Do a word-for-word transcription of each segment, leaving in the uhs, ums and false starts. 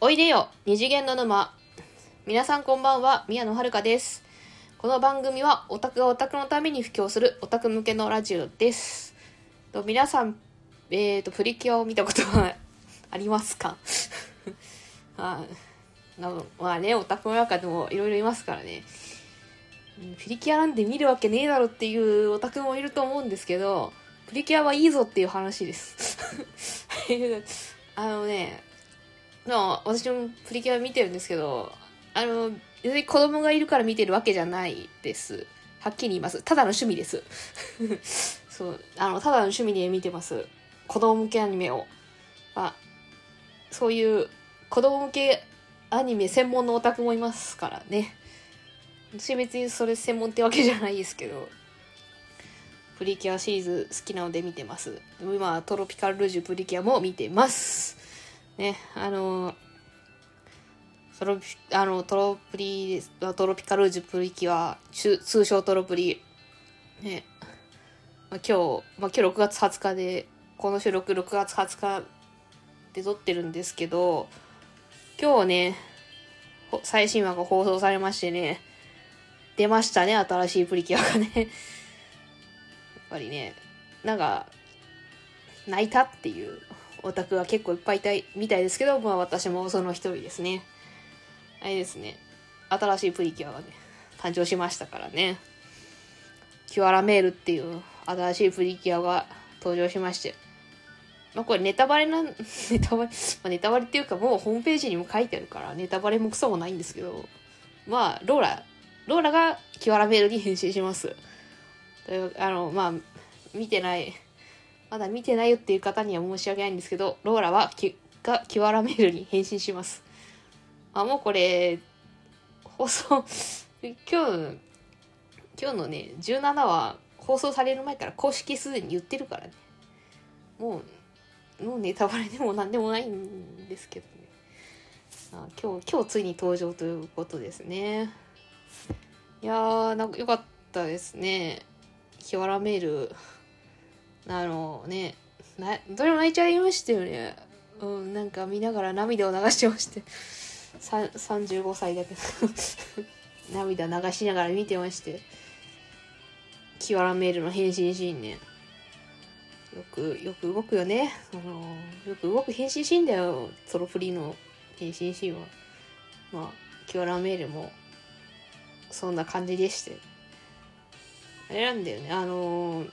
おいでよ二次元の沼。皆さんこんばんは、宮野遥です。この番組はオタクがオタクのために布教するオタク向けのラジオです。と皆さん、えーとプリキュアを見たことはありますか？あなまあね、オタクの中でもいろいろいますからね。プリキュアなんて見るわけねえだろっていうオタクもいると思うんですけど、プリキュアはいいぞっていう話です。あのね、まあ、私もプリキュア見てるんですけど、あの、別に子供がいるから見てるわけじゃないです。はっきり言います。ただの趣味です。そう、あの、ただの趣味で見てます。子供向けアニメを。まあ、そういう子供向けアニメ専門のオタクもいますからね。私別にそれ専門ってわけじゃないですけど、プリキュアシリーズ好きなので見てます。今、トロピカルルージュプリキュアも見てます。ね、あの、トロピ、あの、トロプリです。トロピカルージュプリキュア、通称トロプリ。ね、まあ、今日、まあ、今日ろくがつはつかで、この収録ろくがつはつかで撮ってるんですけど、今日ね、最新話が放送されましてね、出ましたね、新しいプリキュアがね。やっぱりね、なんか、泣いたっていうオタクが結構いっぱいいたいみたいですけど、まあ私もその一人ですね。あれですね、新しいプリキュアがね、誕生しましたからね。キュアラメールっていう新しいプリキュアが登場しまして。まあこれネタバレなん、ネタバレ、まあ、ネタバレっていうかもうホームページにも書いてあるからネタバレもクソもないんですけど、まあローラ、ローラがキュアラメールに変身します。というあの、まあ、見てない、まだ見てないよっていう方には申し訳ないんですけど、ローラはキがキュアラメールに変身します。あ、もうこれ、放送、今日、今日のね、じゅうななわ放送される前から公式すでに言ってるからね。もう、もうネタバレでもなんでもないんですけどね。あ、今日、今日ついに登場ということですね。いやー、なんか良かったですね。キュアラメール、あのね、な、どれも泣いちゃいましたよね。うん、なんか見ながら涙を流してまして。さんじゅうごさいだけど涙流しながら見てまして。キュアラメールの変身シーンね。よく、よく動くよね。あの、よく動く変身シーンだよ。トロプリの変身シーンは。まあ、キュアラメールも、そんな感じでして。あれなんだよね。あの、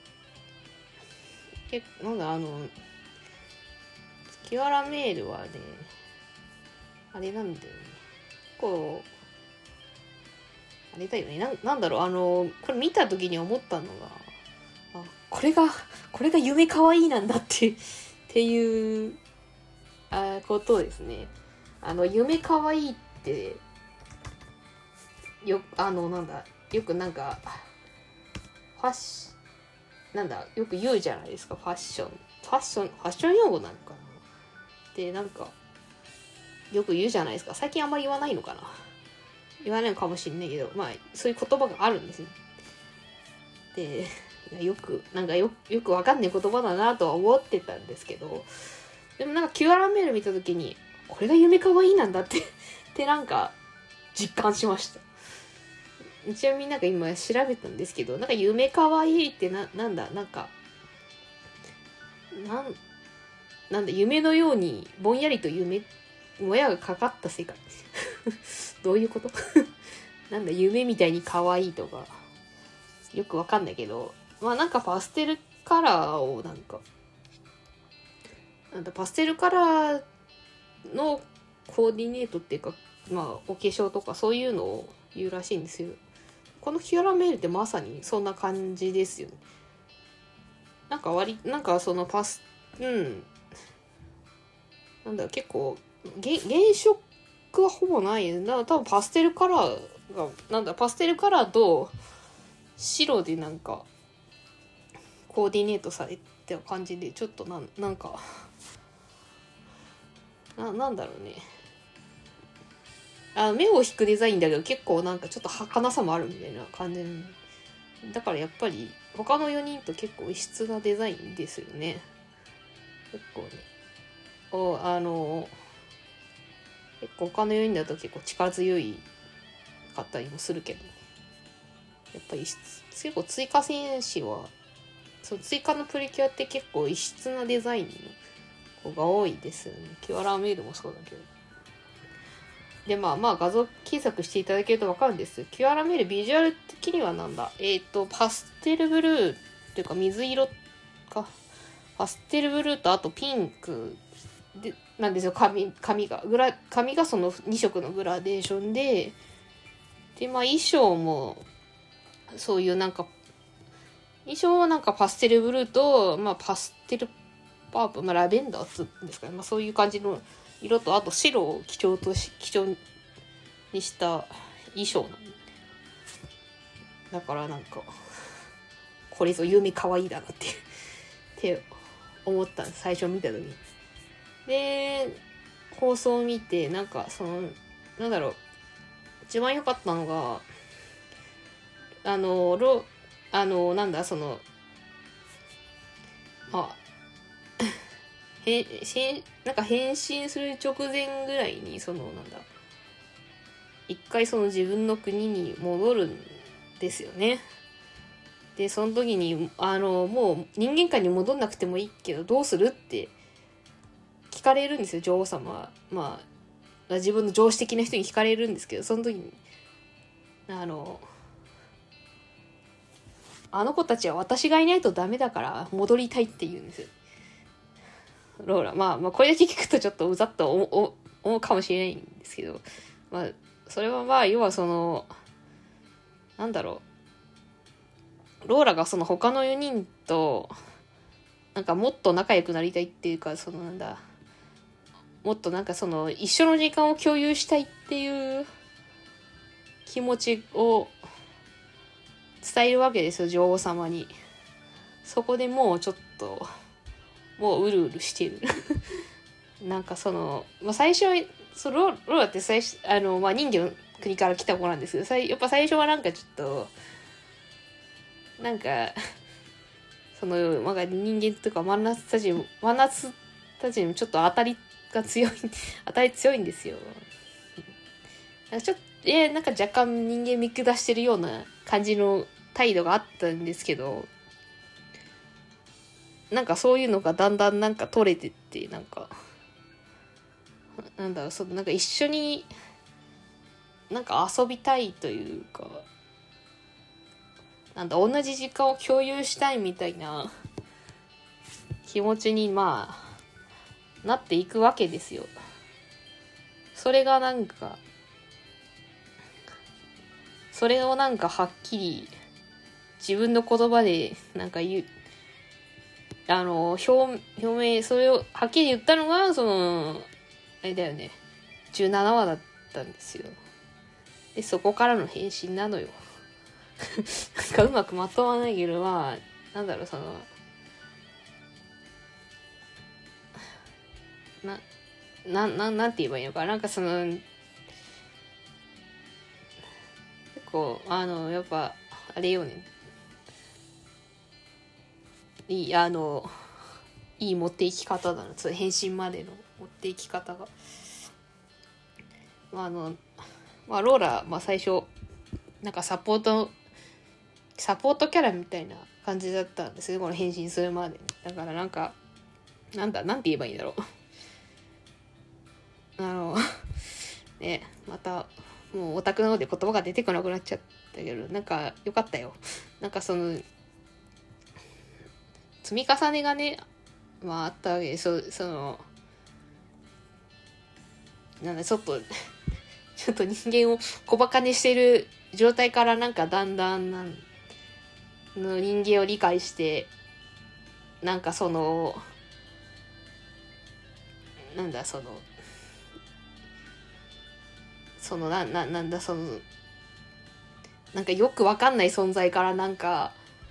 けなんだ、あの、キュアラメールはね、あれなんだよね。こう、あれだよね。な、なんだろう、あの、これ見た時に思ったのが、あ、これが、これが夢かわいいなんだって、っていう、あ、ことですね。あの、夢かわいいって、よ、あの、なんだ、よくなんか、ファッシなんだ、よく言うじゃないですか、ファッション。ファッション、ファッション用語なのかなで、なんか、よく言うじゃないですか。最近あんまり言わないのかな言わないのかもしれないけど、まあ、そういう言葉があるんですね。で、よく、なんかよ、よくわかんない言葉だなとは思ってたんですけど、でもなんかキュアラメール見たときに、これが夢かわいいなんだってってなんか、実感しました。ちなみになんか今調べたんですけど、なんか夢かわいいってな、なんだ、なんか、なん、なんだ、夢のようにぼんやりと夢、もやがかかった世界。どういうことなんだ、夢みたいに可愛いとか、よくわかんないけど、まあなんかパステルカラーをなんか、なんだ、パステルカラーのコーディネートっていうか、まあお化粧とかそういうのを言うらしいんですよ。このキュアラメールってまさにそんな感じですよね。なんか割、なんかそのパス、うん。なんだ、結構、原色はほぼない。だから多分パステルカラーが、なんだ、パステルカラーと白でなんか、コーディネートされた感じで、ちょっとなん、なんか、な、なんだろうね。あ、目を引くデザインだけど結構なんかちょっと儚さもあるみたいな感じ。だからやっぱり他のよにんと結構異質なデザインですよね。結構ね。お、あの、 結構他のよにんだと結構力強いかったりもするけど、やっぱり結構追加戦士はその追加のプリキュアって結構異質なデザインの子が多いですよね。キュアラメールもそうだけど。でまあまあ画像検索していただけると分かるんです。キュアラメールビジュアル的にはなんだえっ、ー、とパステルブルーっていうか水色かパステルブルーとあとピンクでなんですよ。髪髪がグラ髪がそのに色のグラデーションででまあ衣装もそういうなんか衣装はなんかパステルブルーと、まあ、パステルパープル、まあ、ラベンダーって言うんですかね、まあ、そういう感じの色とあと白を基調とし基調にした衣装なんだからなんかこれぞ夢可愛いだなってって思ったんです最初見た時に。で放送を見てなんかそのなんだろう一番良かったのがあのロあのなんだそのあへへなんか変身する直前ぐらいにそのなんだ一回その自分の国に戻るんですよね。でその時にあのもう人間界に戻んなくてもいいけどどうするって聞かれるんですよ女王様は。まあ自分の上司的な人に聞かれるんですけどその時にあのあの子たちは私がいないとダメだから戻りたいって言うんですよローラ。まあ、まあこれだけ聞くとちょっとうざっと思う思うかもしれないんですけど、まあそれはまあ要はそのなんだろうローラがその他のよにんとなんかもっと仲良くなりたいっていうかそのなんだもっとなんかその一緒の時間を共有したいっていう気持ちを伝えるわけですよ女王様に。そこでもうちょっともううるうるしてるなんかその、まあ、最初そのローラって最初あの、まあ、人魚の国から来た子なんですけどやっぱ最初はなんかちょっとなんかその、まあ、人間とか真夏たち真夏たちにもちょっと当たりが強い当たり強いんですよ。なんかちょっとえー、なんか若干人間見下してるような感じの態度があったんですけどなんかそういうのがだんだんなんか取れてってなんかなんだろうそのなんか一緒になんか遊びたいというかなんだ同じ時間を共有したいみたいな気持ちにまあなっていくわけですよ。それがなんかそれをなんかはっきり自分の言葉でなんか言うあの表表明それをはっきり言ったのがそのあれだよねじゅうななわだったんですよ。でそこからの変身なのよなんかうまくまとまらないけどまあなんだろうそのななななんて言えばいいのかなんかその結構あのやっぱあれよねいいあのいい持っていき方だなその変身までの持っていき方が。まああのまあローラ、まあ、最初なんかサポートサポートキャラみたいな感じだったんですよこの変身するまで。だからなんかなんだなんて言えばいいんだろうあのねまたもうオタクなので言葉が出てこなくなっちゃったけどなんかよかったよ。なんかその積み重ねがねまああったわけでそそのなんだちょっとちょっと人間を小バカにしてる状態からなんかだんだんなんの人間を理解してなんかそのなんだそのそのなななんだそのなんかよくわかんない存在からなんか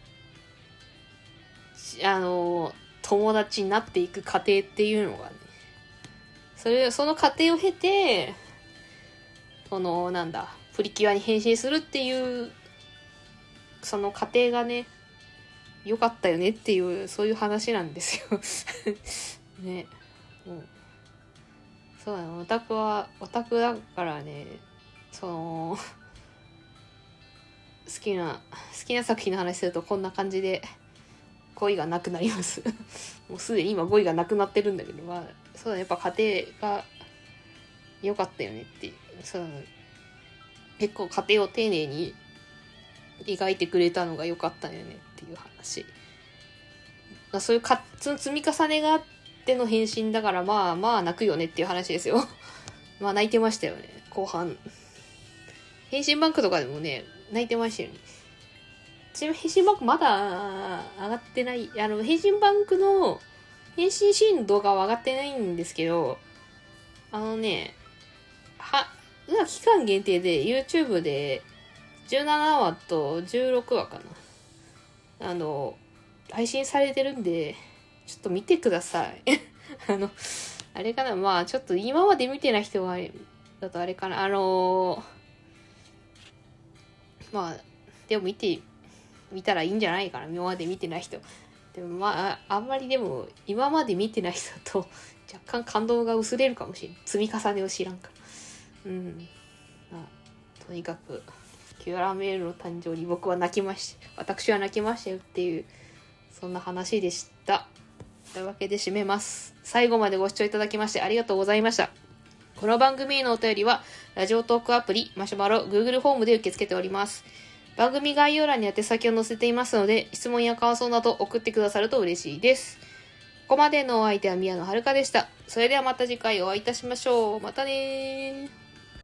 あの友達になっていく過程っていうのがねそれその過程を経てそのなんだプリキュアに変身するっていうその過程がね良かったよねっていうそういう話なんですよね。もうそうだね、オタクはオタクだからね、その好きな好きな作品の話するとこんな感じで語彙がなくなりますもうすでに今語彙がなくなってるんだけど、まあそうだね、やっぱ家庭が良かったよねっていう、そうだね、結構家庭を丁寧に描いてくれたのが良かったよねっていう話。そういうか積み重ねがあっての変身だから、まあまあ泣くよねっていう話ですよまあ泣いてましたよね、後半。変身バンクとかでもね泣いてましたよね。ちなみに変身バンクまだ上がってない、あの変身バンクの変身シーンの動画は上がってないんですけど、あのねは期間限定で YouTube でじゅうななわとじゅうろくわかな、あの配信されてるんでちょっと見てくださいあのあれかな、まあちょっと今まで見てない人はだとあれかな、あのまあでも見て見たらいいんじゃないかな、今まで見てない人でも。まああんまりでも今まで見てない人だと若干感動が薄れるかもしれん、積み重ねを知らんからうんまあとにかくキュアラメールの誕生に僕は泣きました、私は泣きましたよっていう、そんな話でした。というわけで締めます。最後までご視聴いただきましてありがとうございました。この番組へのお便りはラジオトークアプリマシュマロ Google フォームで受け付けております。番組概要欄に宛先を載せていますので、質問や感想など送ってくださると嬉しいです。ここまでのお相手は宮野遥でした。それではまた次回お会いいたしましょう。またねー。